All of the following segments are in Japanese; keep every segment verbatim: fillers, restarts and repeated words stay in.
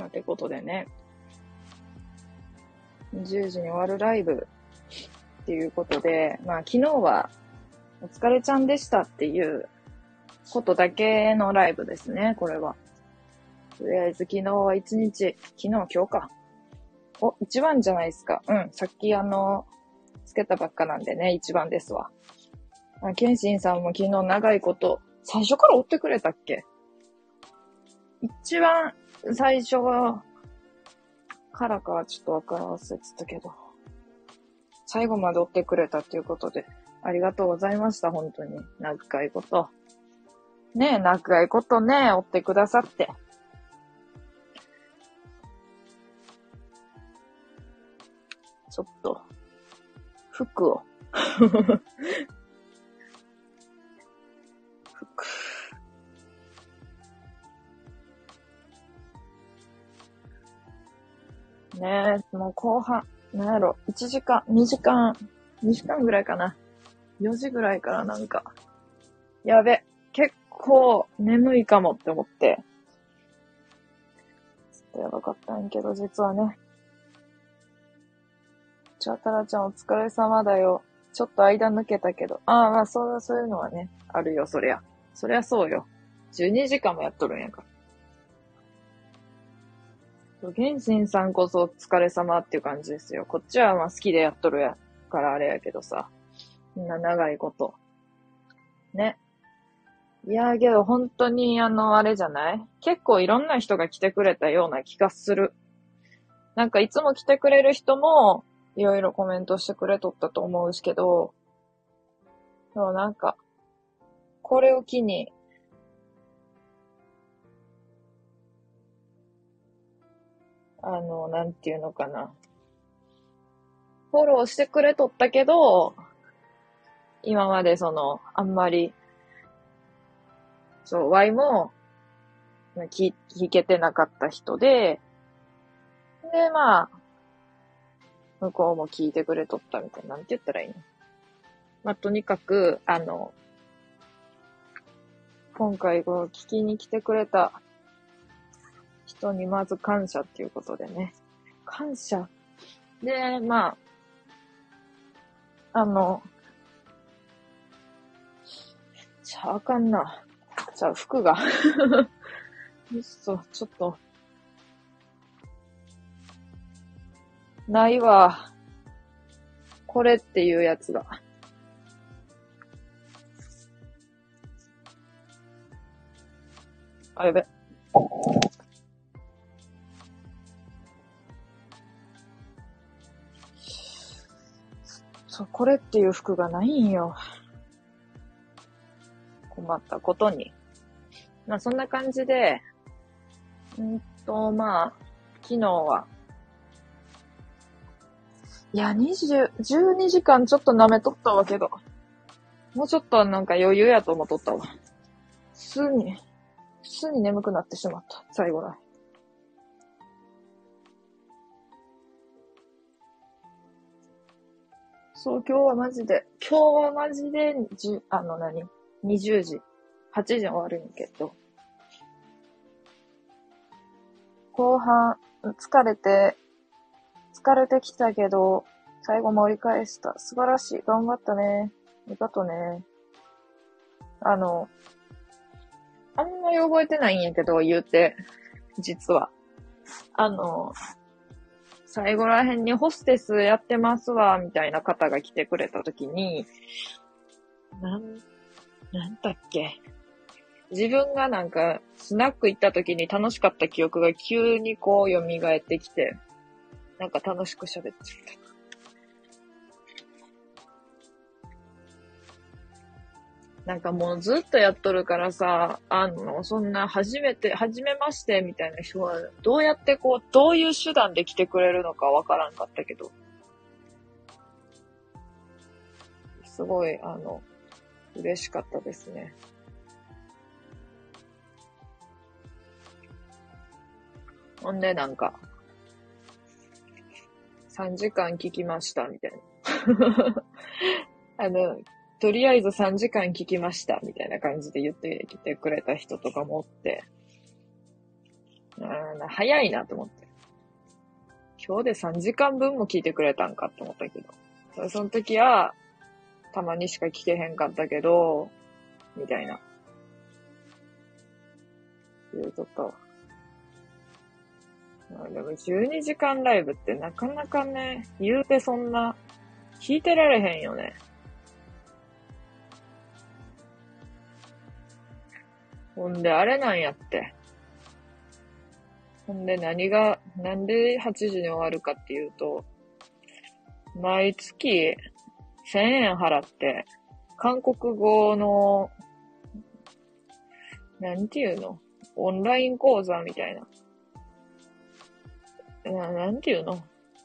あ、ってことでね。じゅうじに終わるライブっていうことで、まあ昨日はお疲れちゃんでしたっていうことだけのライブですね、これは。とりあえず昨日は一日、昨日今日か。お、一番じゃないですか。うん、さっきあの、つけたばっかなんでね、一番ですわ。あ、ケンシンさんも昨日長いこと、最初から追ってくれたっけ？一番最初からかはちょっとわからん忘れてたけど、最後まで追ってくれたっていうことで、ありがとうございました、本当に。長いこと。ねえ、長いことね、追ってくださって。ちょっと、服を。服。ねえ、もう後半、なんやろ、いちじかん、にじかん、にじかんぐらいかな。よじぐらいからなんか、やべ、結構眠いかもって思って。ちょっとやばかったんやけど、実はね。ちゃたらちゃんお疲れ様だよ。ちょっと間抜けたけど。ああ、まあ、そうだ、そういうのはね、あるよ、そりゃ。そりゃそうよ。じゅうにじかんもやっとるんやから。ゲンシンさんこそお疲れ様っていう感じですよ。こっちはまあ好きでやっとるやからあれやけどさ。みんな長いこと。ね。いやーけど本当にあの、あれじゃない？結構いろんな人が来てくれたような気がする。なんかいつも来てくれる人もいろいろコメントしてくれとったと思うしけど、でもなんか、これを機に、あの、なんていうのかな。フォローしてくれとったけど、今までその、あんまり、そう、Y も、聞、聞けてなかった人で、で、まあ、向こうも聞いてくれとったみたいな、なんて言ったらいいの？まあ、とにかく、あの、今回こう聞きに来てくれた人にまず感謝っていうことでね。感謝。で、まあ、あの、ちゃあかんな。じゃあ服が。うっそ、ちょっと。ないわ。これっていうやつが。あ、やべ。そう、これっていう服がないんよ。困ったことに。まあそんな感じで、んと、まあ、昨日は、いや、にじゅう、じゅうにじかんちょっと舐めとったわけど、もうちょっとなんか余裕やと思っとったわ。普通に、普通に眠くなってしまった、最後ら。そう、今日はマジで、今日はマジで、じあの何、にじゅうじ、はちじに終わるんやけど、後半、疲れて、疲れてきたけど、最後盛り返した。素晴らしい。頑張ったね。ありがとね。あの、あんまり覚えてないんやけど、言うて、実は。あの、最後ら辺にホステスやってますわ、みたいな方が来てくれたときに、なん、なんだっけ。自分がなんか、スナック行った時に楽しかった記憶が急にこう蘇ってきて、なんか楽しく喋っちゃった。なんかもうずっとやっとるからさ、あの、そんな初めて、初めましてみたいな人は、どうやってこう、どういう手段で来てくれるのかわからんかったけど、すごい、あの、嬉しかったですね。ほんでなんか、さんじかん聞きましたみたいな。あの、とりあえずさんじかん聞きましたみたいな感じで言ってきてくれた人とかもおって、あー早いなと思って。今日でさんじかんぶんも聞いてくれたんかと思ったけど。その時は、たまにしか聞けへんかったけど、みたいな。いうこと。でもじゅうにじかんライブってなかなかね、言うてそんな、聞いてられへんよね。ほんで、あれなんやって。ほんで、何が、なんではちじに終わるかっていうと、毎月せんえん払って、韓国語の、なんていうの？オンライン講座みたいな。な、なんていうの？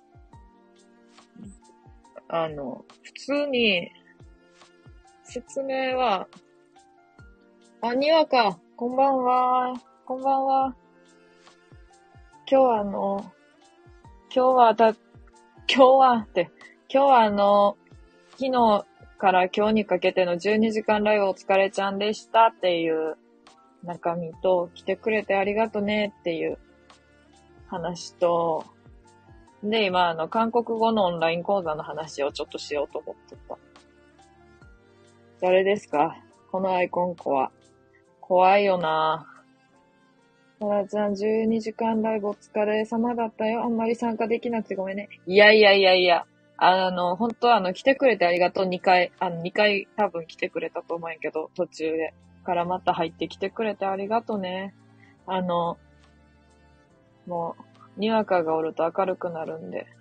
あの、普通に、説明は、あ、にわか、こんばんは、こんばんは。今日はあの、今日はた、今日はって、今日はあの、昨日から今日にかけてのじゅうにじかんライブお疲れちゃんでしたっていう中身と、来てくれてありがとねっていう話と、で、今あの、韓国語のオンライン講座の話をちょっとしようと思ってた。誰ですか？このアイコン子は。怖いよなぁ。ただちゃんじゅうにじかんライブお疲れ様だったよ。あんまり参加できなくてごめんね。いやいやいやいや。あの、本当はあの、来てくれてありがとう。にかい、あの、にかい多分来てくれたと思うんやけど、途中で。からまた入ってきてくれてありがとうね。あの、もう、にわかがおると明るくなるんで。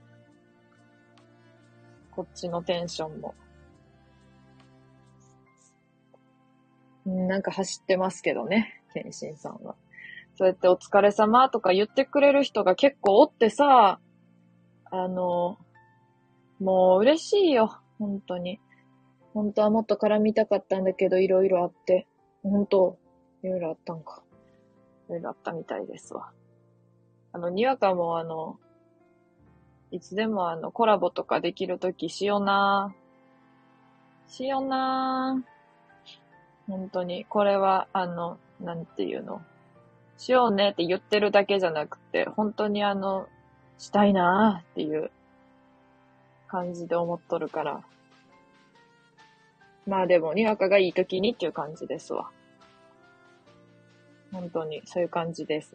こっちのテンションも。んなんか走ってますけどね、ケンシンさんは。そうやってお疲れ様とか言ってくれる人が結構おってさ、あの、もう嬉しいよ、本当に。本当はもっと絡みたかったんだけど、いろいろあって。本当、いろいろあったんか。いろいろあったみたいですわ。あの、にわかもあの、いつでもあの、コラボとかできるときしよなー。しよなー。本当に、これは、あの、なんていうの。しようねって言ってるだけじゃなくて、本当にあの、したいなーっていう感じで思っとるから。まあでも、にわかがいい時にっていう感じですわ。本当に、そういう感じです。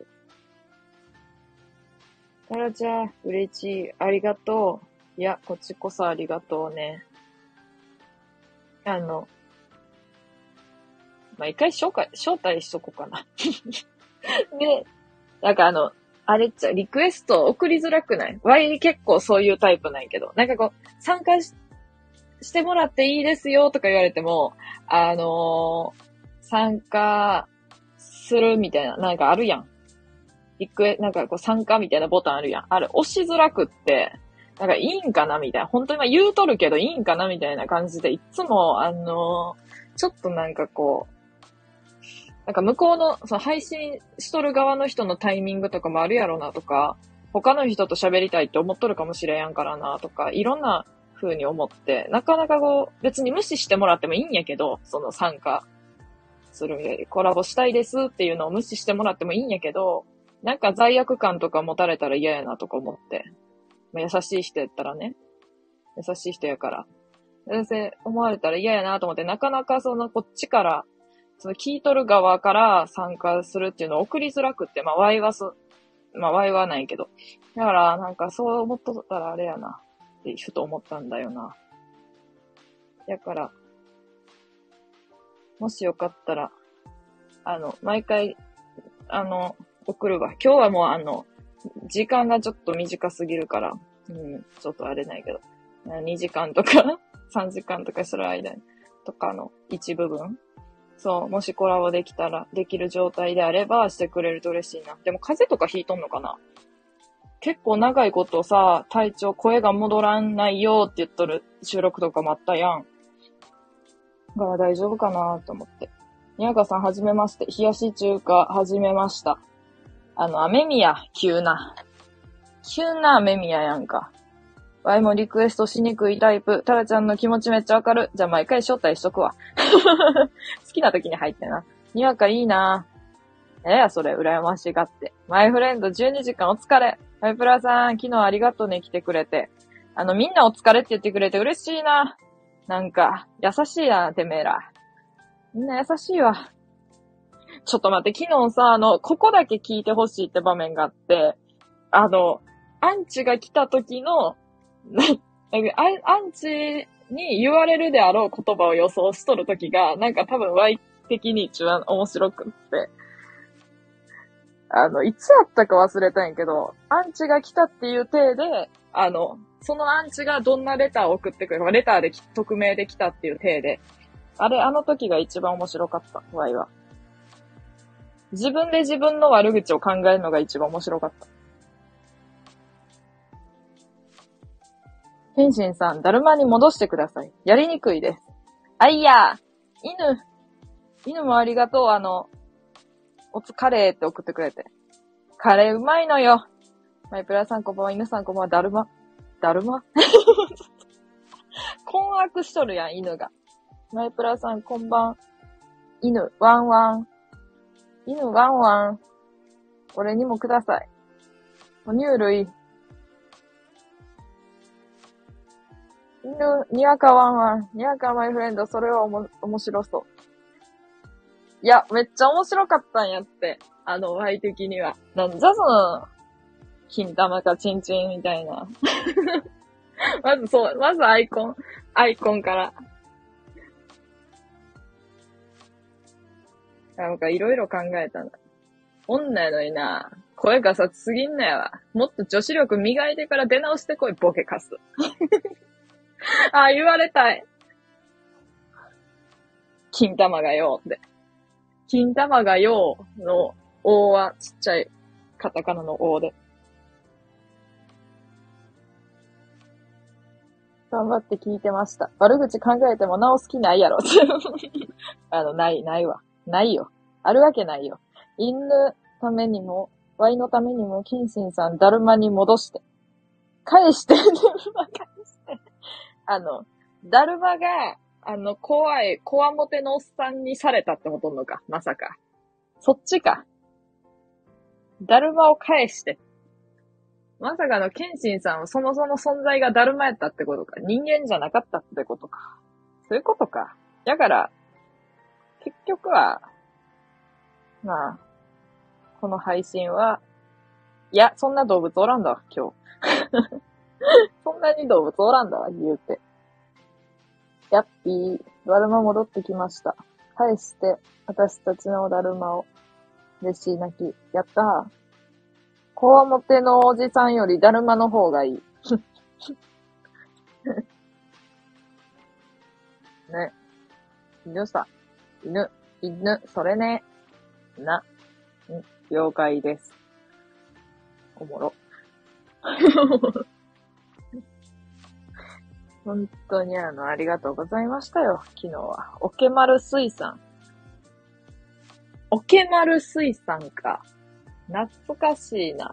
タラちゃん、嬉しい。ありがとう。いや、こっちこそありがとうね。あの、まあ、一回紹介、招待しとこうかな。で、なんかあの、あれっちゃ、リクエスト送りづらくない？ワイ結構そういうタイプないけど、なんかこう、参加し、してもらっていいですよとか言われても、あのー、参加するみたいな、なんかあるやん。リクエ、なんかこう参加みたいなボタンあるやん。あれ押しづらくって、なんかいいんかなみたいな。本当に今言うとるけどいいんかなみたいな感じで、いつもあのー、ちょっとなんかこう、なんか向こうの、その配信しとる側の人のタイミングとかもあるやろなとか、他の人と喋りたいって思っとるかもしれんやんからなとか、いろんな風に思って、なかなかこう、別に無視してもらってもいいんやけど、その参加する、コラボしたいですっていうのを無視してもらってもいいんやけど、なんか罪悪感とか持たれたら嫌やなとか思って、まあ、優しい人やったらね、優しい人やから、全然思われたら嫌やなと思って、なかなかそのこっちから、その聞いとる側から参加するっていうのを送りづらくって、まあ、ワイはそ、まあ、ワイはないけど。だから、なんかそう思っとったらあれやな、ってふと思ったんだよな。だから、もしよかったら、あの、毎回、あの、送るわ。今日はもうあの、時間がちょっと短すぎるから、うん、ちょっとあれないけど、にじかんとか、さんじかんとかする間に、とかの一部分。そう、もしコラボできたら、できる状態であればしてくれると嬉しいな。でも風邪とかひいとんのかな？結構長いことさ、体調、声が戻らないよって言っとる収録とかもあったやん。だから大丈夫かなと思って。にわかさんはじめまして。冷やし中華はじめました。あの、雨宮、急な。急な雨宮やんか。ワイもリクエストしにくいタイプ。タラちゃんの気持ちめっちゃわかる。じゃあ毎回招待しとくわ。好きな時に入ってな。にわかいいな。 えや、それ、羨ましがって。マイフレンドじゅうにじかんお疲れ。マイプラさん、昨日ありがとうね、来てくれて。あの、みんなお疲れって言ってくれて嬉しいな。なんか、優しいな、てめえら。みんな優しいわ。ちょっと待って、昨日さ、あの、ここだけ聞いてほしいって場面があって、あの、アンチが来た時の、アンチに言われるであろう言葉を予想しとる時が、なんか多分 Y 的に一番面白くって、あの、いつやったか忘れたんやけど、アンチが来たっていう体で、あの、そのアンチがどんなレターを送ってくるか、レターで匿名で来たっていう体で、あれ、あの時が一番面白かった、Y は。自分で自分の悪口を考えるのが一番面白かった。天心さん、だるまに戻してください。やりにくいです。あいや、犬、犬もありがとう、あの、おつカレーって送ってくれて。カレーうまいのよ。マイプラさんこんばんは、犬さんこんばんは、だるま。だるま困惑しとるやん、犬が。マイプラさんこんばん。犬、ワンワン。犬、ワンワン。俺にもください。哺乳類。犬、にわかワンワン。にわかマイフレンド、それはおも、面白そう。いや、めっちゃ面白かったんやって。あの、ワイ的には。なんじゃその、金玉かチンチンみたいな。まずそう、まずアイコン、アイコンから。なんかいろいろ考えたな。女やのにな、声がさつすぎんなよわ。もっと女子力磨いてから出直してこい、ボケかす。あ、言われたい。金玉がよって。金玉がよの、Oはちっちゃい、カタカナの O で。頑張って聞いてました。悪口考えてもなお好きないやろ。あの、ない、ないわ。ないよ。あるわけないよ。犬ためにも、ワイのためにも、キンシンさん、だるまに戻して。返して、だるま返して。あの、だるまが、あの、怖い、こわもてのおっさんにされたってことんのか、まさか。そっちか。だるまを返して。まさかのケンシンさんはそもそも存在がだるまやったってことか。人間じゃなかったってことか。そういうことか。だから、結局は、まあ、この配信は、いや、そんな動物おらんだわ、今日。そんなに動物おらんだわ、言うて。やっぴー、だるま戻ってきました。返して、私たちのだるまを。嬉しい泣き。やったー。こわもてのおじさんよりだるまの方がいい。ね。犬さ。犬。犬。それね。な。ん。了解です。おもろ。本当にあの、ありがとうございましたよ。昨日は。おけまる水産。おけまる水産か。懐かしいな。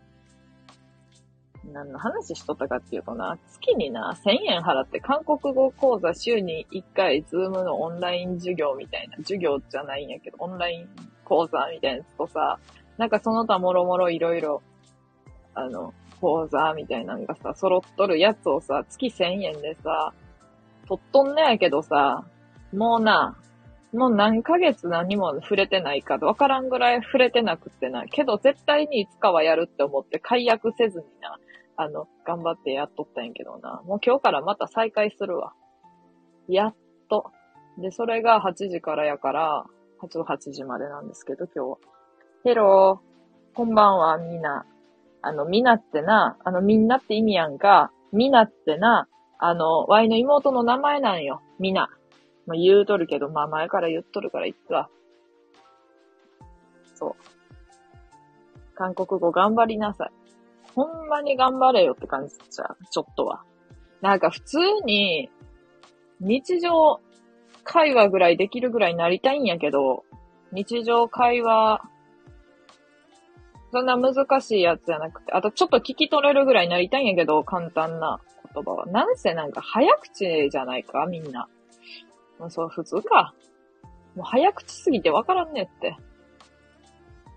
何の話しとったかっていうとな、月にな、せんえん払って韓国語講座週にいっかいズームのオンライン授業みたいな、授業じゃないんやけど、オンライン講座みたいなやつとさ、なんかその他もろもろいろいろ、あの、講座みたいなのがさ、揃っとるやつをさ、月せんえんでさ、取っとんねやけどさ、もうな、もう何ヶ月何も触れてないかわからんぐらい触れてなくってな、けど絶対にいつかはやるって思って解約せずにな、あの、頑張ってやっとったんやけどな。もう今日からまた再開するわ。やっと。で、それがはちじからやから、はちじまでなんですけど、今日は。ヘロー。こんばんは、みんな。あの、みなってな、あの、みんなって意味やんか。みなってな、あの、ワイの妹の名前なんよ。みな。まあ、言うとるけど、まあ前から言っとるからいっか。そう。韓国語頑張りなさい。ほんまに頑張れよって感じちゃう。ちょっとは。なんか普通に、日常会話ぐらいできるぐらいになりたいんやけど、日常会話、そんな難しいやつじゃなくて、あとちょっと聞き取れるぐらいになりたいんやけど、簡単な言葉は。なんせなんか早口じゃないか、みんな。もうそう、普通か。もう早口すぎてわからんねって。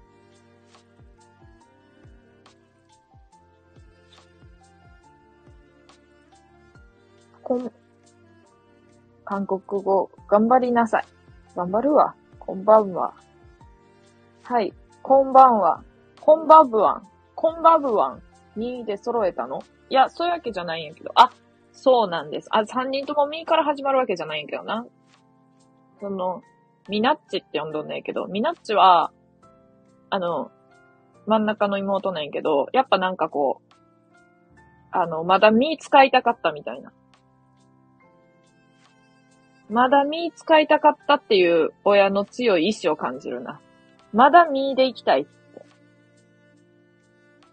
こん、韓国語、頑張りなさい。頑張るわ。こんばんは。はい。こんばんは。こんばぶわん。こんばぶわん。にで揃えたの？いや、そういうわけじゃないんやけど。あ、そうなんです。あ、さんにんともみから始まるわけじゃないんやけどな。その、みなっちって呼んどんねんけど、みなっちは、あの、真ん中の妹なんやけど、やっぱなんかこう、あの、まだみ使いたかったみたいな。まだみ使いたかったっていう親の強い意志を感じるな。まだみで行きたいって。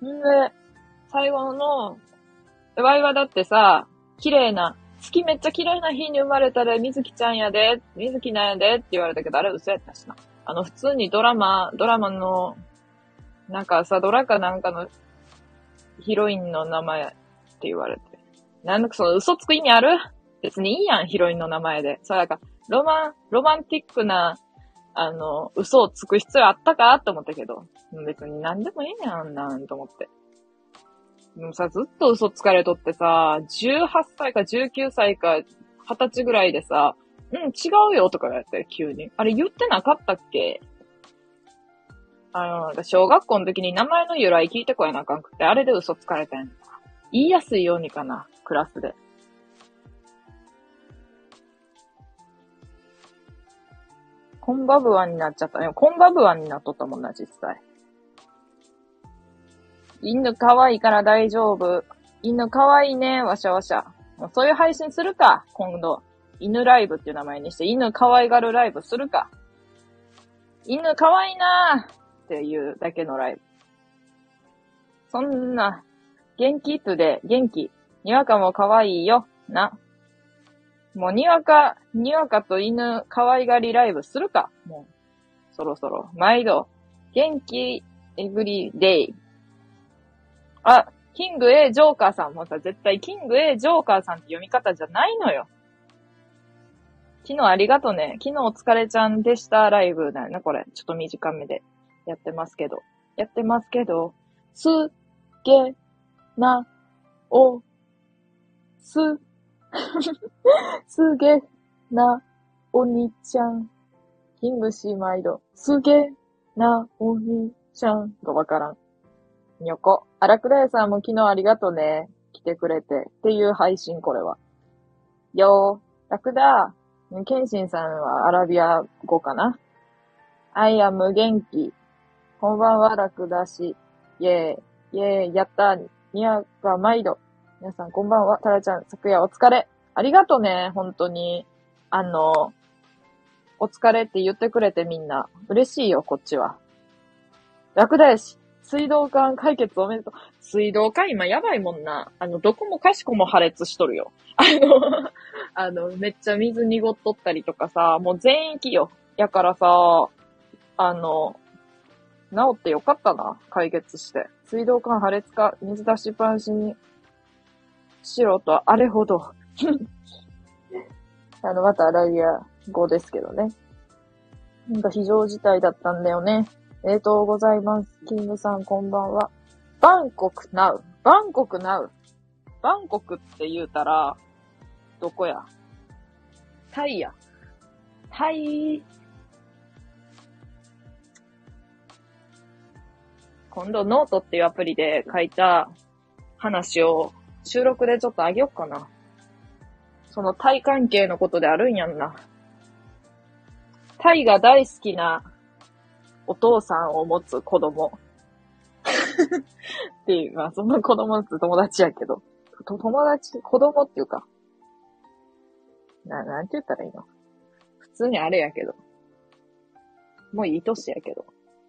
んで、最後の、ワイはだってさ、綺麗な、月めっちゃ綺麗な日に生まれたら、みずきちゃんやで、みずきなんやでって言われたけど、あれ嘘やったしな。あの、普通にドラマ、ドラマの、なんかさ、ドラかなんかのヒロインの名前って言われて。なんだかその嘘つく意味ある？別にいいやん、ヒロインの名前で。そう、なんか、ロマン、ロマンティックな、あの、嘘をつく必要あったかと思ったけど、別に何でもいいやんなんと思って。でもさ、ずっと嘘つかれとってさ、じゅうはっさいかじゅうきゅうさいかはたちぐらいでさ、うん、違うよとか言われて、急に。あれ言ってなかったっけ？あの、小学校の時に名前の由来聞いてこやなあかんくて、あれで嘘つかれてん。言いやすいようにかな、クラスで。コンバブワンになっちゃったね。コンバブワンになっとったもんな、実際。犬可愛いから大丈夫。犬可愛いね、わしゃわしゃ。そういう配信するか、今度。犬ライブっていう名前にして、犬可愛がるライブするか。犬可愛いなーっていうだけのライブ。そんな、元気っつで、元気。にわかも可愛いよ、な。もうにわか、にわかと犬可愛がりライブするか。もう、そろそろ。毎度。元気、エブリデイ。あ、キング A ジョーカーさんもさ、絶対キング A ジョーカーさんって読み方じゃないのよ。昨日ありがとね。昨日お疲れちゃんでしたライブだよね、これ。ちょっと短めでやってますけど。やってますけど、す、げ、な、お、す、すげ、な、おにちゃん。キングシーマイド。すげ、な、おにちゃん。がわからん。にょこ。荒倉屋さんも昨日ありがとね。来てくれて。っていう配信、これは。よー。ラクダ。ケンシンさんはアラビア語かな。アイアム元気。こんばんは、ラクダし。イェーイ。イェーイ。やったー。にやが毎度。皆さんこんばんは。タラちゃん、昨夜お疲れ。ありがとね、本当に。あの、お疲れって言ってくれてみんな。嬉しいよ、こっちは。ラクダやし。水道管解決おめでとう。水道管今やばいもんな。あの、どこもかしこも破裂しとるよ。あの、あの、めっちゃ水濁っとったりとかさ、もう全域よ。やからさ、あの、治ってよかったな。解決して。水道管破裂か、水出しっぱなしにしろと、あれほど。あの、またアラビア語ですけどね。なんか非常事態だったんだよね。ありがとうございます。キングさんこんばんは。バンコクナウ。バンコクナウ。バンコクって言うたら、どこや？タイや。タイ。今度ノートっていうアプリで書いた話を収録でちょっとあげよっかな。そのタイ関係のことであるんやんな。タイが大好きなお父さんを持つ子供。っていう、まあその子供って友達やけど。と友達、子供っていうか。な、なんて言ったらいいの？普通にあれやけど。もういい年やけど。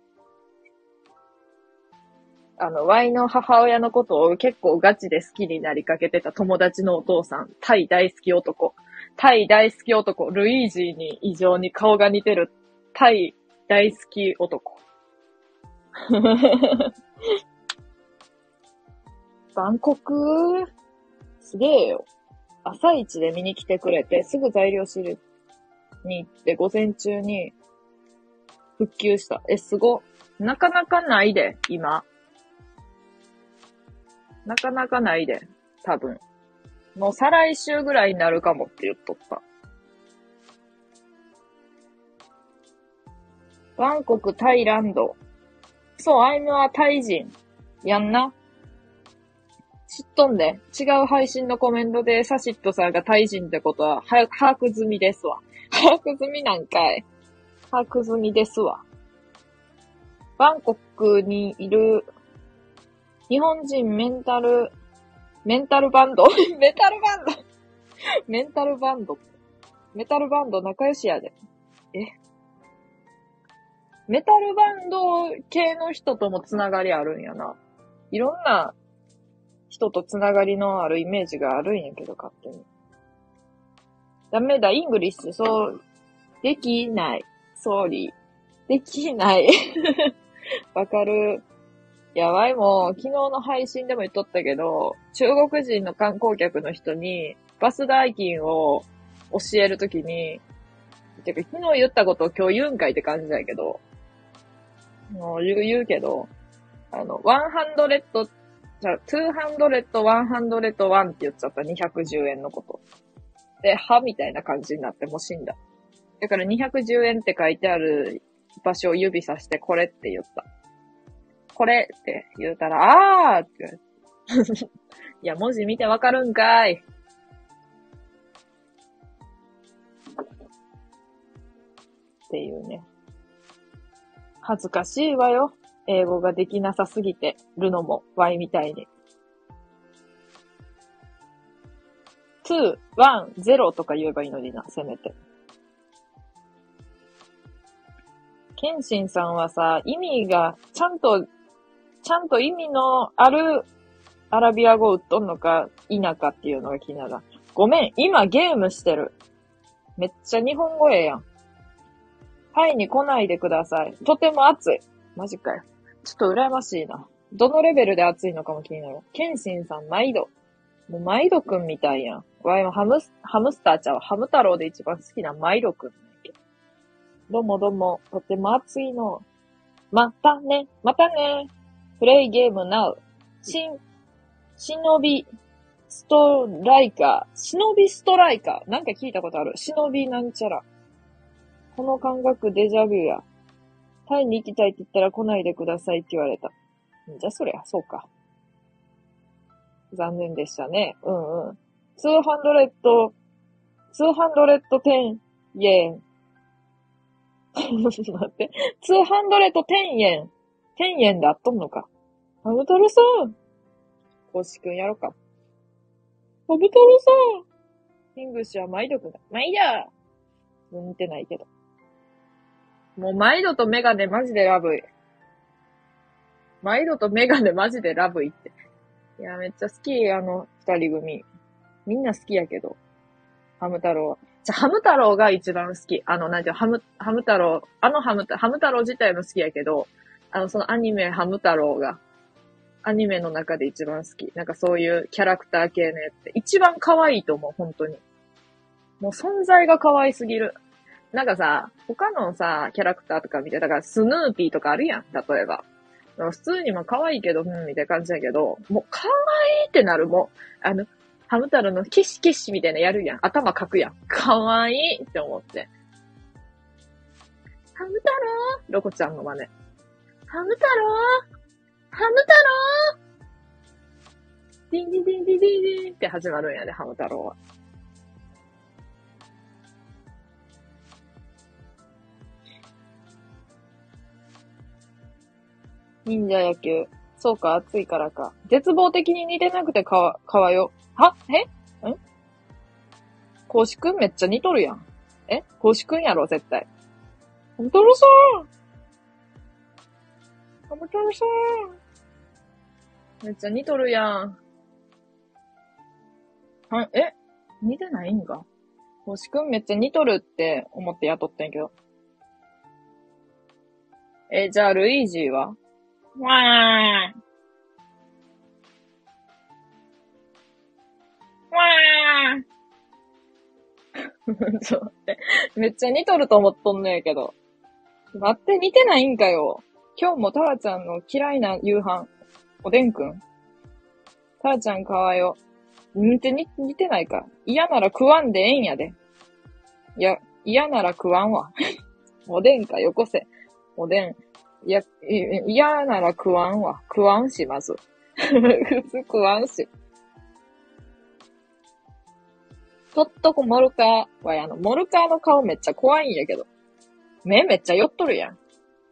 あの、ワイの母親のことを結構ガチで好きになりかけてた友達のお父さん。タイ大好き男。タイ大好き男。ルイージーに異常に顔が似てる。タイ大好き男。バンコクすげえよ。朝一で見に来てくれて、すぐ材料仕入れに行って、午前中に復旧した。え、すご。なかなかないで、今。なかなかないで、多分。 もう再来週ぐらいになるかもって言っとった。バンコク、タイランド。そう、アイムはタイ人。やんな。知っとんで。違う配信のコメントでサシットさんがタイ人ってことは、は、把握済みですわ。把握済みなんかい。把握済みですわ。バンコクにいる日本人メンタル、メンタルバンドメタルバンドメンタルバンド。メタルバンド仲良しやで。えメタルバンド系の人ともつながりあるんやな。いろんな人とつながりのあるイメージがあるんやけど、勝手に。ダメだ、イングリッシュ、そう、できない。ソーリー。できない。わかる。やばいもう、昨日の配信でも言っとったけど、中国人の観光客の人に、バス代金を教えるときに、てか昨日言ったことを今日言うんかいって感じだけど、もう言う、言うけど、あの、ワンハンドレット、じゃあ、ツーハンドレット、ワンハンドレットワンって言っちゃったにひゃくじゅうえんのこと。で、はみたいな感じになってもう死んだ。だからにひゃくじゅうえんって書いてある場所を指さしてこれって言った。これって言うたら、あーって言われて。いや、文字見てわかるんかい。っていうね。恥ずかしいわよ。英語ができなさすぎてるのも、ワイみたいに。ツー、ワン、ゼロとか言えばいいのにな、せめて。ケンシンさんはさ、意味が、ちゃんと、ちゃんと意味のあるアラビア語を売っとんのか否かっていうのが気になる。ごめん、今ゲームしてる。めっちゃ日本語ええやん。タイに来ないでください。とても暑い。マジかよ。ちょっと羨ましいな。どのレベルで暑いのかも気になる。ケンシンさん、毎度。もう毎度くんみたいやん。わいもハムス、ハムスターちゃう。ハム太郎で一番好きな毎度くん。どうもどうも、とても暑いの。またね、またね。プレイゲームナウ。しん、忍び、ストライカー。忍びストライカー。なんか聞いたことある。忍びなんちゃら。この感覚デジャビュや。タイに行きたいって言ったら来ないでくださいって言われた。じゃあそりゃ、そうか。残念でしたね。うんうん。ツーハンドレット、ツーハンドレットテンイェン。ちょっと待って。ツーハンドレットテンイェン。テンイェンであっとんのか。ハムタルさん。コシくんやろか。ハムタルさん。イングッシュは毎度くんだ。毎度似てないけど。もう毎度とメガネマジでラブい。毎度とメガネマジでラブいって。いや、めっちゃ好き、あの二人組。みんな好きやけど。ハム太郎。じゃ、ハム太郎が一番好き。あの、なんていうハム、ハム太郎、あのハム、ハム太郎自体も好きやけど、あの、そのアニメハム太郎が、アニメの中で一番好き。なんかそういうキャラクター系のやつって一番可愛いと思う、本当に。もう存在が可愛すぎる。なんかさ、他のさ、キャラクターとか見て、だからスヌーピーとかあるやん、例えば。普通にも可愛いけど、うん、みたいな感じだけど、もう可愛いってなる、もう、あの、ハム太郎のキシキシみたいなやるやん。頭かくやん。可愛いって思って。ハム太郎ロコちゃんの真似。ハム太郎ハム太郎ディンディンディンディンディンディンって始まるんやで、ハム太郎は。忍者野球。そうか、暑いからか。絶望的に似てなくてかわ、かわよ。はえんコウシくんめっちゃ似とるやん。えコウシくんやろ、絶対。ハム太郎さんハム太郎さんめっちゃ似とるやん。は、え似てないんかコウシくんめっちゃ似とるって思って雇ってんけど。え、じゃあルイージーはわーわーちょっと待って。めっちゃ似とると思っとんねんけど。待って、似てないんかよ。今日もタラちゃんの嫌いな夕飯。おでんくんタラちゃんかわよ。 似て、似似てないか。嫌なら食わんでええんやで。いや、嫌なら食わんわ。おでんかよこせ。おでん。いや、い嫌なら食わんわ。食わんし、まず。普通食わんし。とっとこモルカーは、あの、モルカーの顔めっちゃ怖いんやけど。目めっちゃ寄っとるやん。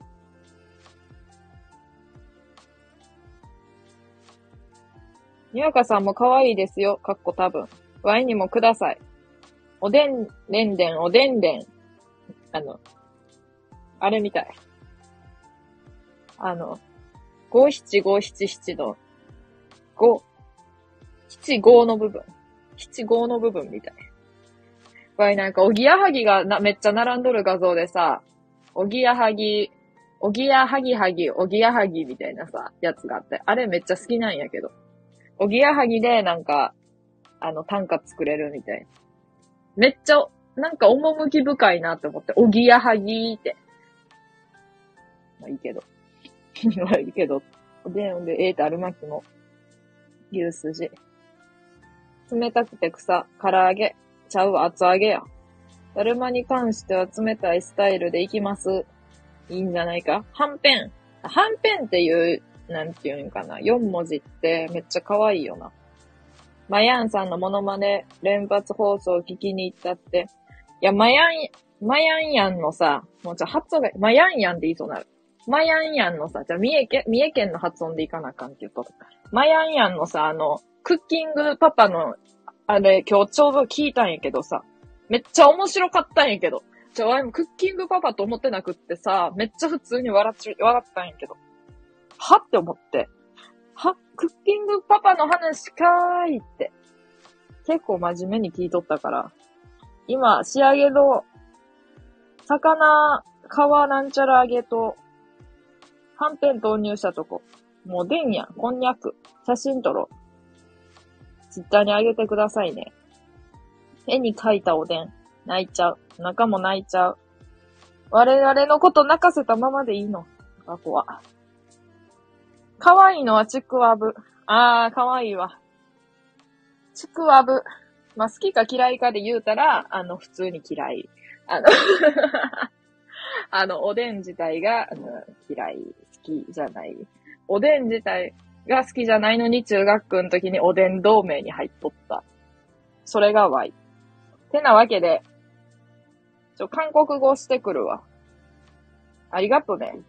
にわかさんも可愛いですよ。かっこ多分。ワイにもください。おでん、でんでん、おでんでん。あの、あれみたい。あの、ご七五七七の、五、七五の部分。七五の部分みたい。ワイなんか、おぎやはぎがなめっちゃ並んどる画像でさ、おぎやはぎ、おぎやはぎはぎ、おぎやはぎみたいなさ、やつがあって、あれめっちゃ好きなんやけど。おぎやはぎでなんか、あの、短歌作れるみたいな。めっちゃ、なんか趣深いなって思って、おぎやはぎーって。まあいいけど。まあいいけど。おでんで、えーと、あるまきも。牛すじ。冷たくて草、唐揚げ。ちゃうわ、厚揚げや。だるまに関しては冷たいスタイルでいきます。いいんじゃないか。はんぺん。はんぺんっていう、なんていうんかな。よん文字ってめっちゃ可愛いよな。マヤンさんのモノマネ連発放送聞きに行ったって。いや、マヤン、マヤンヤンのさ、もうちょ、発音が、マヤンヤンって言いそうになる。マヤンヤンのさ、じゃあ、三重県、三重県の発音でいかなあかんって言っとった。マヤンヤンのさ、あの、クッキングパパの、あれ、今日ちょうど聞いたんやけどさ、めっちゃ面白かったんやけど。じゃあ、わいもクッキングパパと思ってなくってさ、めっちゃ普通に笑っちゃ、笑ったんやけど。はって思って。は、クッキングパパの話かーいって。結構真面目に聞いとったから。今、仕上げの、魚、皮なんちゃら揚げと、はんぺん投入したとこ。もうでんやん、こんにゃく。写真撮ろう。ツイッターにあげてくださいね。絵に描いたおでん。泣いちゃう。中も泣いちゃう。我々のこと泣かせたままでいいの。あこは。可愛いのはちくわぶ。あー、可愛いわ。ちくわぶ。まあ、好きか嫌いかで言うたら、あの、普通に嫌い。あの、あの、おでん自体が、あの、嫌い、好きじゃない。おでん自体が好きじゃないのに中学の時におでん同盟に入っとった。それが Y。てなわけで、ちょ、韓国語してくるわ。ありがとね。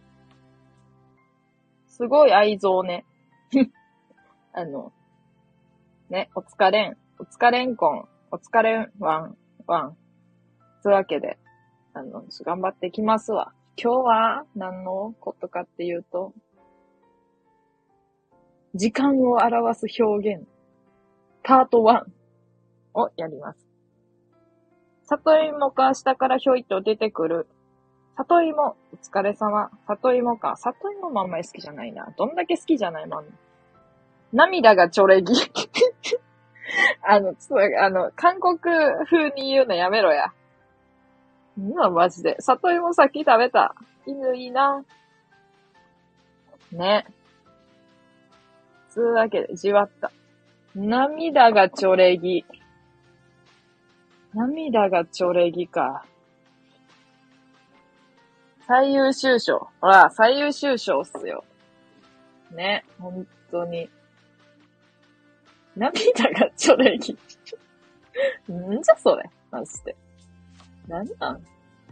すごい愛情ね。あの、ね、お疲れん、お疲れんこん、お疲れんわん、わん。というわけで、あの、頑張ってきますわ。今日は何のことかっていうと、時間を表す表現、パートワンをやります。里芋か下からひょいと出てくる。里芋、お疲れ様。里芋か。里芋もあんまり好きじゃないな。どんだけ好きじゃないもん。涙がちょれぎ。あの、つあの、韓国風に言うのやめろや。今マジで。里芋さっき食べた。犬いいな。ね。つうわけで、じわった。涙がちょれぎ。涙がちょれぎか。最優秀賞。ほら、最優秀賞っすよ。ね、本当に。涙がちょれぎ。んじゃそれ。マジで。なんなん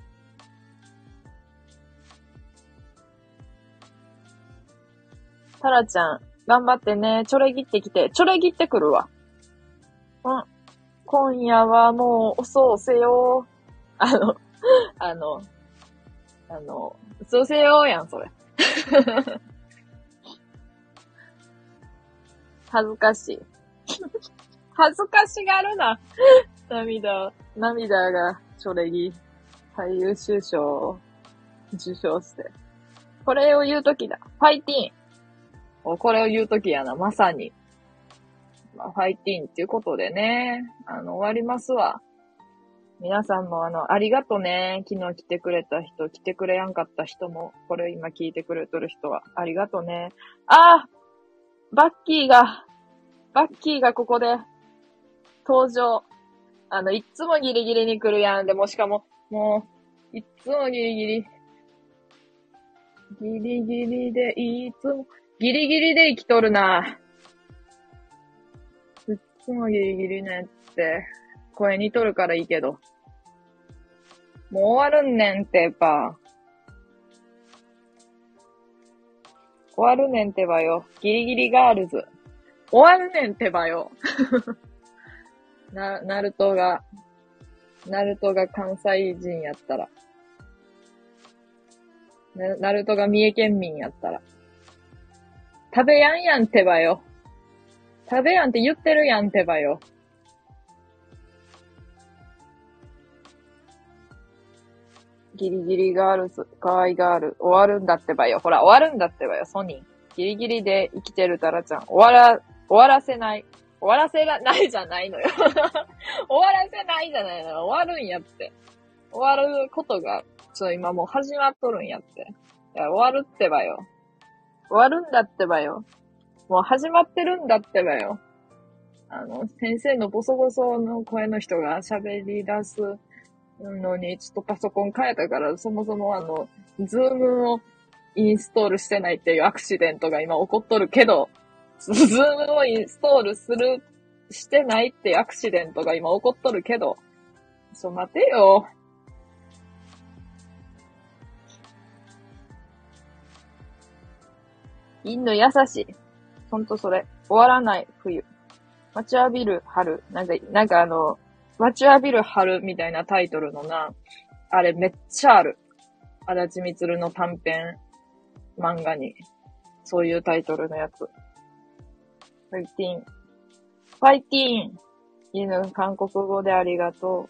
タラちゃん、頑張ってね。ちょれぎってきて。ちょれぎってくるわ。うん。今夜はもう、遅うせよ。あの、あの、あの、遅うせよやん、それ。恥ずかしい。恥ずかしがるな。涙、涙がちょれぎ。最優秀賞を受賞して。これを言うときだ。ファイティーン。おこれを言うときやな、まさに。まあ、ファイティーンっていうことでね、あの、終わりますわ。皆さんもあの、ありがとね。昨日来てくれた人、来てくれやんかった人も、これ今聞いてくれとる人は、ありがとね。ああバッキーが、バッキーがここで、 登場。あの、いっつもギリギリに来るやん。でもしかも、もう、いっつもギリギリ。ギリギリで、いつも、ギリギリで生きとるな。いっつもギリギリねって、声似とるからいいけど。もう終わるんねんってば。終わるねんってばよ。ギリギリガールズ。終わるねんってばよ。な、ナルトが、ナルトが関西人やったら。な、ナルトが三重県民やったら。食べやんやんってばよ。食べやんって言ってるやんってばよ。ギリギリガールズ、かわいガール、終わるんだってばよ。ほら、終わるんだってばよ、ソニー。ギリギリで生きてるタラちゃん。終わら、終わらせない。終わらせないじゃないのよ。終わらせないじゃないのよ。終わるんやって。終わることが、ちょ、今もう始まっとるんやって。いや、終わるってばよ。終わるんだってばよ。もう始まってるんだってばよ。あの、先生のボソボソの声の人が喋り出すのに、ちょっとパソコン変えたから、そもそもあの、ズームをインストールしてないっていうアクシデントが今起こっとるけど、ズームをインストールする、してないっていうアクシデントが今起こっとるけど、ちょ、待てよ。犬優しい。ほんとそれ。終わらない冬。待ちわびる春。なんか、なんかあの、待ちわびる春みたいなタイトルのな、あれめっちゃある。足立みつるの短編漫画に。そういうタイトルのやつ。ファイティーン。ファイティーン。犬、韓国語でありがと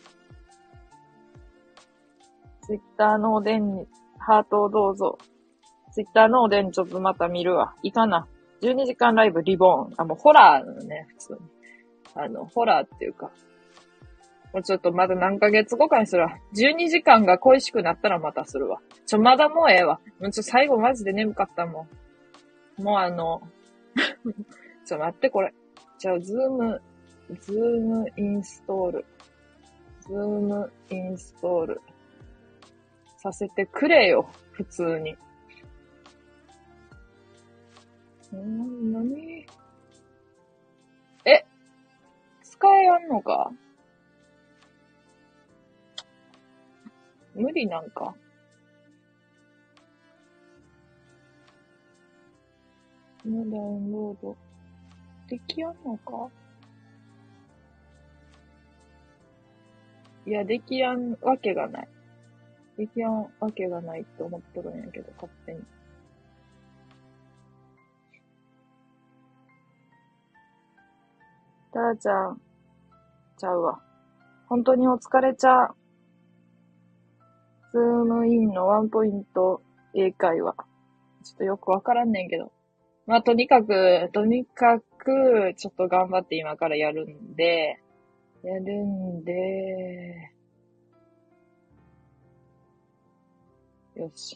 う。ツイッターのおでんに、ハートをどうぞ。ツイッターのおでんちょっとまた見るわ。いいかな。じゅうにじかんライブリボーン。あ、もうホラーのね、普通に。あの、ホラーっていうか。もうちょっとまだ何ヶ月後かにするわ。じゅうにじかんが恋しくなったらまたするわ。ちょ、まだもうええわ。もうちょ、最後マジで眠かったもん。もうあの、ちょ、待ってこれ。じゃあ、ズーム、ズームインストール。ズームインストール。させてくれよ。普通に。んー、なに？え？使えやんのか？無理なんか。このダウンロード。できやんのか？いや、できやんわけがない。できやんわけがないって思っとるんやけど、勝手に。タラちゃん、ちゃうわ。本当にお疲れちゃう。ズームインのワンポイント英会話。ちょっとよくわからんねんけど。まあ、とにかく、とにかく、ちょっと頑張って今からやるんで、やるんで、よし。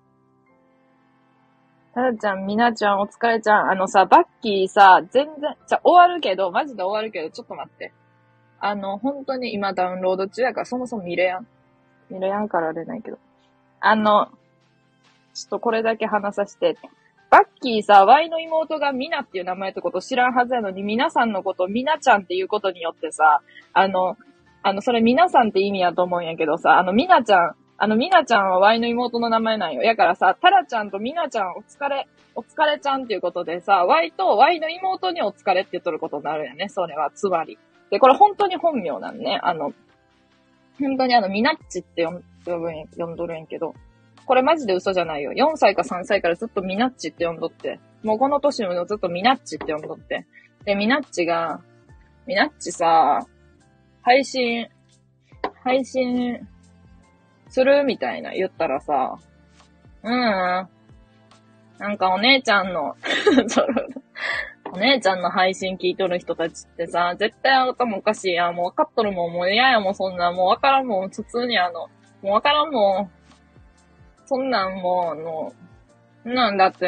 ただちゃん、みなちゃん、お疲れちゃん。あのさ、バッキーさ、全然、じゃ、終わるけど、マジで終わるけど、ちょっと待って。あの、本当に今ダウンロード中やから、そもそも見れやん。見れやんからあれないけど。あの、ちょっとこれだけ話させて。バッキーさ、Y の妹がミナっていう名前ってこと知らんはずやのに、皆さんのことをミナちゃんっていうことによってさ、あの、あの、それ皆さんって意味やと思うんやけどさ、あの、ミナちゃん、あの、ミナちゃんは Y の妹の名前なんよ。やからさ、タラちゃんとミナちゃんお疲れ、お疲れちゃんっていうことでさ、Y と Y の妹にお疲れって言っとることになるよね。それは、つまり。で、これ本当に本名なんね。あの、本当にあの、ミナッチって呼ん、呼ぶん、呼んどるんやけど、これマジで嘘じゃないよ。よんさいかさんさいからずっとミナッチって呼んどって。もうこの年もずっとミナッチって呼んどって。で、ミナッチが、ミナッチさ、配信、配信、するみたいな言ったらさ、うん、なんかお姉ちゃんの、お姉ちゃんの配信聞いとる人たちってさ、絶対頭おかしいやん。もう分かっとるもん。もう嫌やもん、そんな。もう分からんもん。普通にあの、もう分からんもん。そんなんもう、あの、なんだって、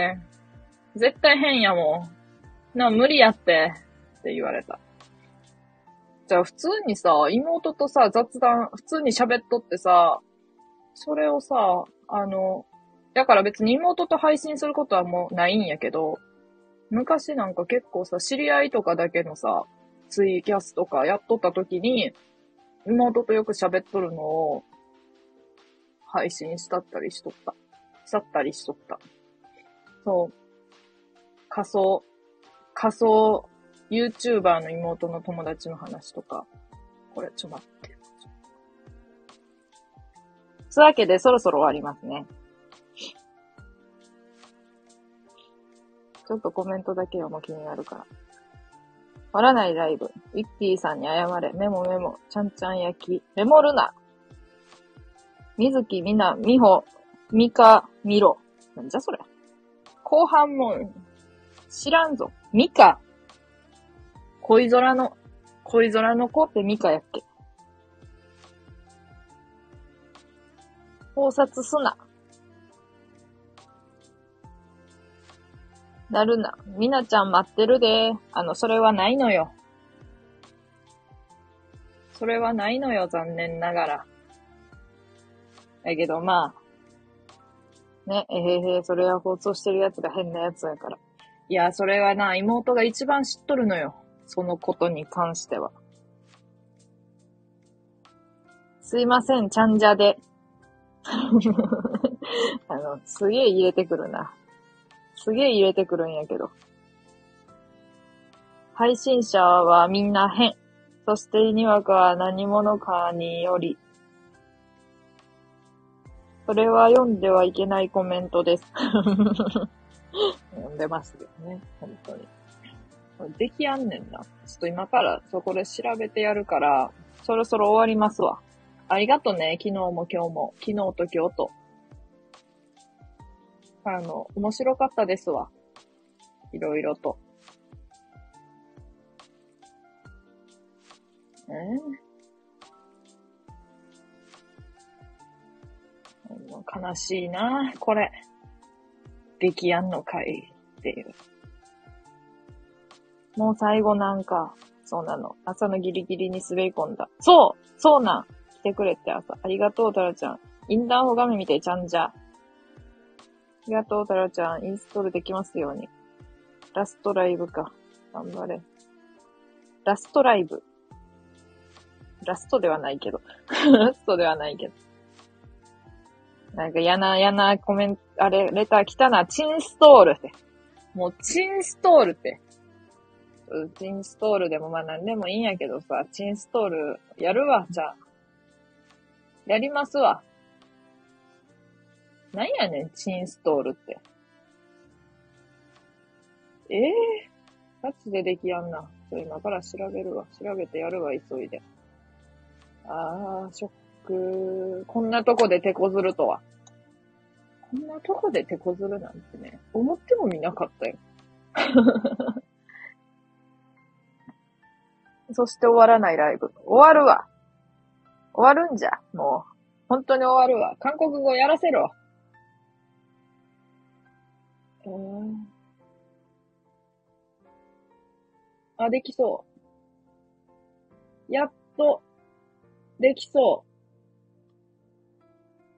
絶対変やもん。な、無理やって、って言われた。 じゃあ普通にさ、妹とさ、雑談、普通に喋っとってさ、それをさ、あの、だから別に妹と配信することはもうないんやけど、昔なんか結構さ、知り合いとかだけのさ、ツイキャスとかやっとった時に、妹とよく喋っとるのを配信したったりしとった。したったりしとった。そう。仮想、仮想 YouTuber の妹の友達の話とか。これ、ちょっと待って。そういうわけで、そろそろ終わりますね。ちょっとコメントだけはもう気になるから。割らないライブ。ウィッキーさんに謝れ。メモメモ。ちゃんちゃん焼き。メモるな。水木みな、みほ、みか、みろ。なんじゃそれ。後半も、知らんぞ。みか。恋空の、恋空の子ってみかやっけ。考察すな。なるな。みなちゃん待ってるで。あの、それはないのよ。それはないのよ、残念ながら。だけど、まあ、ね、えへへ、それは放送してるやつが変なやつやから。いや、それはな、妹が一番知っとるのよ。そのことに関しては。すいません、ちゃんじゃで。あの、すげえ入れてくるな。すげえ入れてくるんやけど。配信者はみんな変。そしてにわかは何者かにより。それは読んではいけないコメントです。読んでますけどね。本当に。できやんねんな。ちょっと今からそこで調べてやるから、そろそろ終わりますわ。ありがとね。昨日も今日も。昨日と今日と。あの、面白かったですわ。いろいろと。えー、悲しいな、これ。できやんのかいっていう。もう最後なんか、そうなの。朝のギリギリに滑り込んだ。そうそうなん来てくれって朝。ありがとう、タラちゃん。インダンホ画面見て、ちゃんじゃ。ありがとう、タラちゃん。インストールできますように。ラストライブか。頑張れ。ラストライブ。ラストではないけど。ラストではないけど。なんか嫌な、嫌なコメント、あれ、レター来たな。チンストールって。もう、チンストールって。チンストールでもまあ何でもいいんやけどさ、チンストールやるわ、じゃあ。やりますわ。なんやねん、チンストールって。ええー、ガチでできやんな。今から調べるわ。調べてやるわ、急いで。あー、ショック。こんなとこで手こずるとは。こんなとこで手こずるなんてね、思ってもみなかったよ。そして終わらないライブ。終わるわ。終わるんじゃ。もう。本当に終わるわ。韓国語やらせろ。うーん。あ、できそう。やっと、できそう。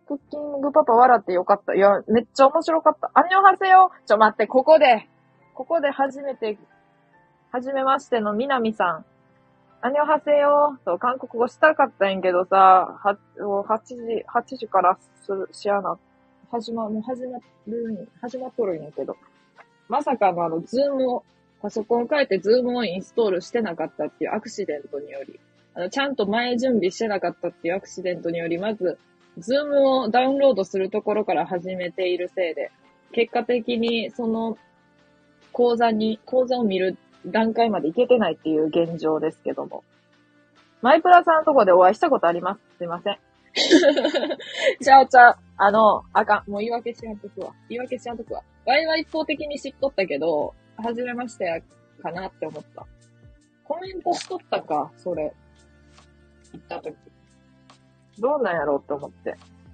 クッキングパパ笑ってよかった。いや、めっちゃ面白かった。アンニョンハセヨ。ちょ、待って、ここで、ここで初めて、初めましてのみなみさん。アンニョンハセヨ。そう、韓国語したかったんやけどさ、は、はちじ、はちじからする、しやな。始ま、もう始まるん、始まっとるんやけど。まさかのあの、ズームを、パソコンを変えてズームをインストールしてなかったっていうアクシデントにより、あの、ちゃんと前準備してなかったっていうアクシデントにより、まず、ズームをダウンロードするところから始めているせいで、結果的にその講座に、講座を見る段階までいけてないっていう現状ですけども。マイプラさんのとこでお会いしたことあります。すいません。ちゃうちゃう。あの、あかん。もう言い訳しやんとくわ。言い訳しやんとくわ。ワイは一方的に知っとったけど、初めましてやかなって思った。コメントしとったか、それ。言ったとき。どうなんやろうって思って。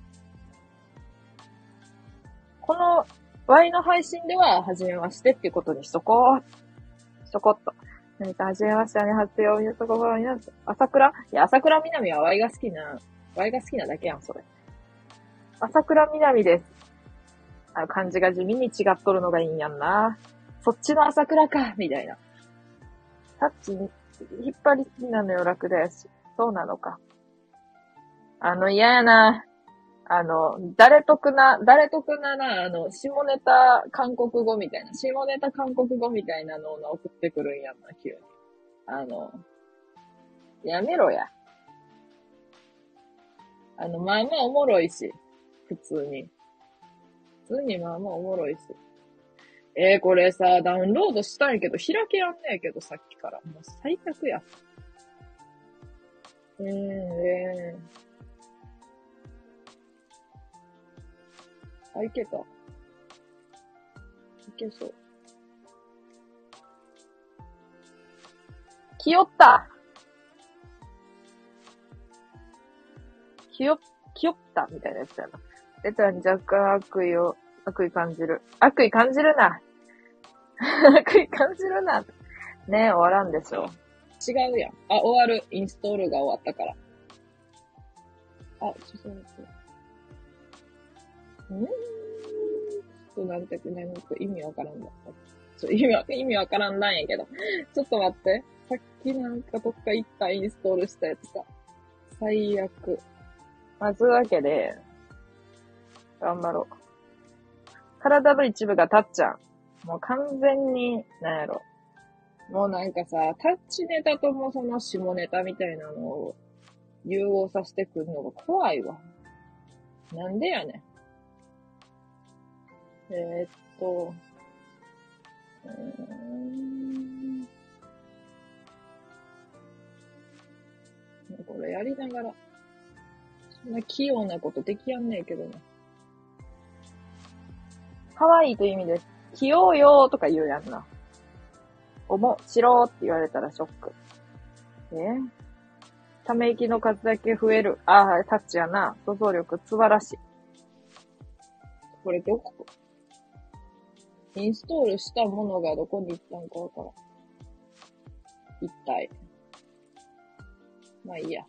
この Y の配信では初めましてっていうことにしとこう。しとこっと。 何か始めましたね、発表を見るところになる。朝倉いや、朝倉みなみはワイが好きな、ワイが好きなだけやん、それ。朝倉みなみです。あの、漢字が地味に違っとるのがいいんやんな。そっちの朝倉か、みたいな。タッチに、引っ張りすぎなのよ、楽だし。そうなのか。あの、嫌やな。あの、誰得な、誰得なな、あの、下ネタ韓国語みたいな、下ネタ韓国語みたいなのを送ってくるんやんな、急に。あの、やめろや。あの、まあまあおもろいし、普通に。普通にまあまあおもろいし。えー、これさ、ダウンロードしたんやけど、開けやんねえけど、さっきから。もう最悪や。うーん、えー。あ、いけた。いけそう。きよったきよ、きよったみたいなやつやな。レタに若干悪意を、悪意感じる。悪意感じるな。悪意感じるな。ねえ、終わらんでしょ。違うやん。あ、終わる。インストールが終わったから。あ、ちょっと待って。んーちょっとなんて、なんか意味わからんだ。ちょ意味わ、意味わからんなんやけど。ちょっと待って。さっきなんかどっか行ったインストールしたやつさ。最悪。まあ、というわけで、頑張ろう。体の一部がタッちゃん。もう完全に、なんやろ。もうなんかさ、タッチネタともその下ネタみたいなのを融合させてくるのが怖いわ。なんでやねん。えー、っと、うーん。これやりながら、そんな器用なことできやんねえけどな。可愛いという意味です。器用よーとか言うやんな。おも、しろーって言われたらショック。えため息の数だけ増える。ああ、タッチやな。想像力素晴らしい。これどこインストールしたものがどこに行ったんかわからん。一体。まあいいや。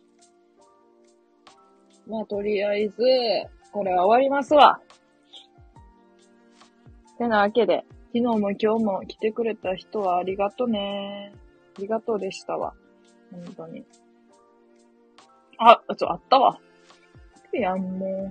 まあとりあえず、これは終わりますわ。てなわけで、昨日も今日も来てくれた人はありがとね。ありがとうでしたわ。本当に。あ、ちょ、あったわ。いやん、もう。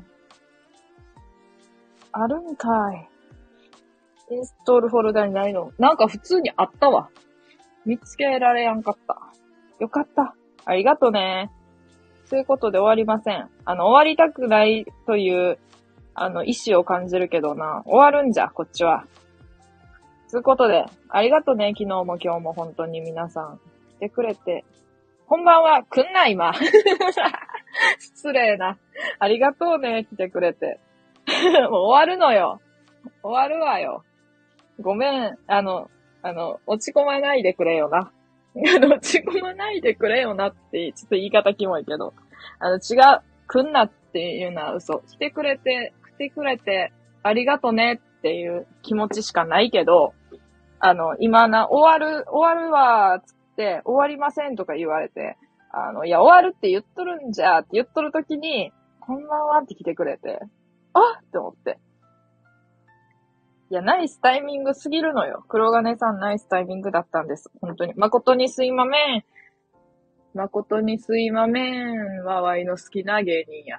あるんかい。インストールフォルダにないの。なんか普通にあったわ。見つけられやんかった。よかった。ありがとね。そういうことで終わりません。あの、終わりたくないという、あの、意志を感じるけどな。終わるんじゃ、こっちは。そういうことで、ありがとね。昨日も今日も本当に皆さん来てくれて。こんばんは。来んな、今。失礼な。ありがとうね。来てくれて。もう終わるのよ。終わるわよ。ごめん。あの、あの、落ち込まないでくれよな。あの、落ち込まないでくれよなって、ちょっと言い方キモいけど。あの、違う。来んなっていうのは嘘。来てくれて、来てくれて、ありがとねっていう気持ちしかないけど、あの、今な、終わる、終わるわ、つって、終わりませんとか言われて、あの、いや、終わるって言っとるんじゃって言っとるときに、こんばんはって来てくれて、あって思って。いや、ナイスタイミングすぎるのよ。黒金さんナイスタイミングだったんです。本当に。誠にすいまめん。誠にすいまめん。わわいの好きな芸人や。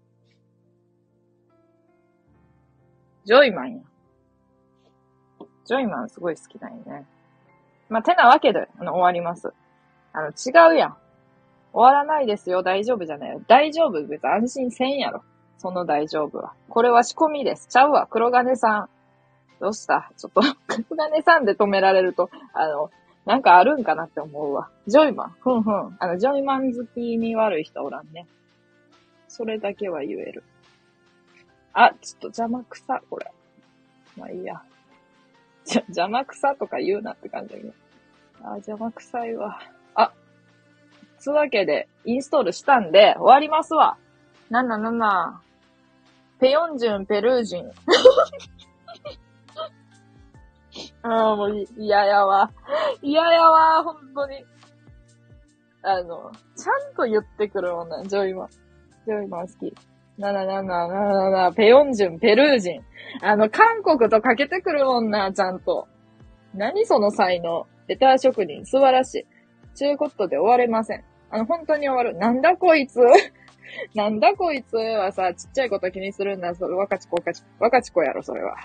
ジョイマンや。ジョイマンすごい好きなんよね。まあ、てなわけで、あの、終わります。あの、違うやん。終わらないですよ。大丈夫じゃないよ。大丈夫。別に安心せんやろ。その大丈夫は。これは仕込みです。ちゃうわ。黒金さん。どうしたちょっと、黒金さんで止められると、あの、なんかあるんかなって思うわ。ジョイマン。ふんふん。あの、ジョイマン好きに悪い人おらんね。それだけは言える。あ、ちょっと邪魔くさ、これ。まあいいや。じゃ、邪魔くさとか言うなって感じだけど。あ、邪魔くさいわ。あ、つうわけで、インストールしたんで、終わりますわ。なんななんな。ペヨンジュン、ペルージン。 ああ、もうい嫌やわ。嫌やわ、ほんとに。あの、ちゃんと言ってくる女、ジョイマン。ジョイマン好き。ななななななな、ペヨンジュン、ペルー人。あの、韓国とかけてくる女、ちゃんと。何その才能。レター職人、素晴らしい。ちゅうことで終われません。あの、本当に終わる。なんだこいつなんだこいつはさ、ちっちゃいこと気にするんだ。それ、若ち子、若ち子、若ち子やろ、それは。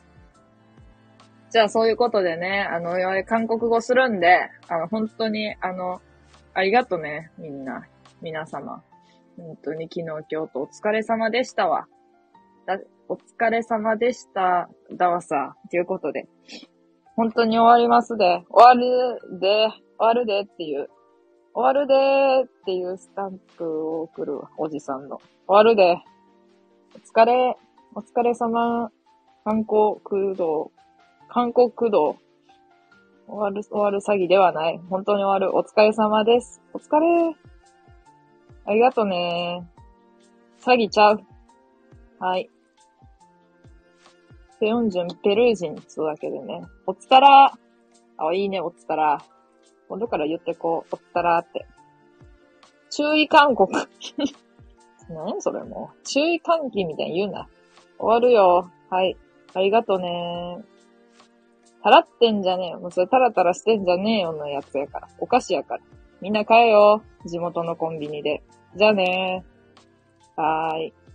じゃあ、そういうことでね、あの、韓国語するんで、あの、本当に、あの、ありがとね、みんな。皆様。本当に昨日、今日とお疲れ様でしたわ。だ、お疲れ様でした。だわさ。ということで。本当に終わりますで。終わるで、終わるでっていう。終わるでーっていうスタンプを送るわ、おじさんの。終わるで。お疲れ、お疲れ様。観光空洞。韓国駆動。終わる、終わる詐欺ではない。本当に終わる。お疲れ様です。お疲れ。ありがとね。詐欺ちゃう。はい。ペヨンジュン、ペルー人つうわけでね。おつたら。あ、いいね、おつたら。今度から言ってこう、おつたらって。注意勧告。何それもう。注意喚起みたいに言うな。終わるよ。はい。ありがとね。たらってんじゃねえよ。もうそれタラタラしてんじゃねえよのやつやから。お菓子やから。みんな買えよ。地元のコンビニで。じゃあねー。はーい。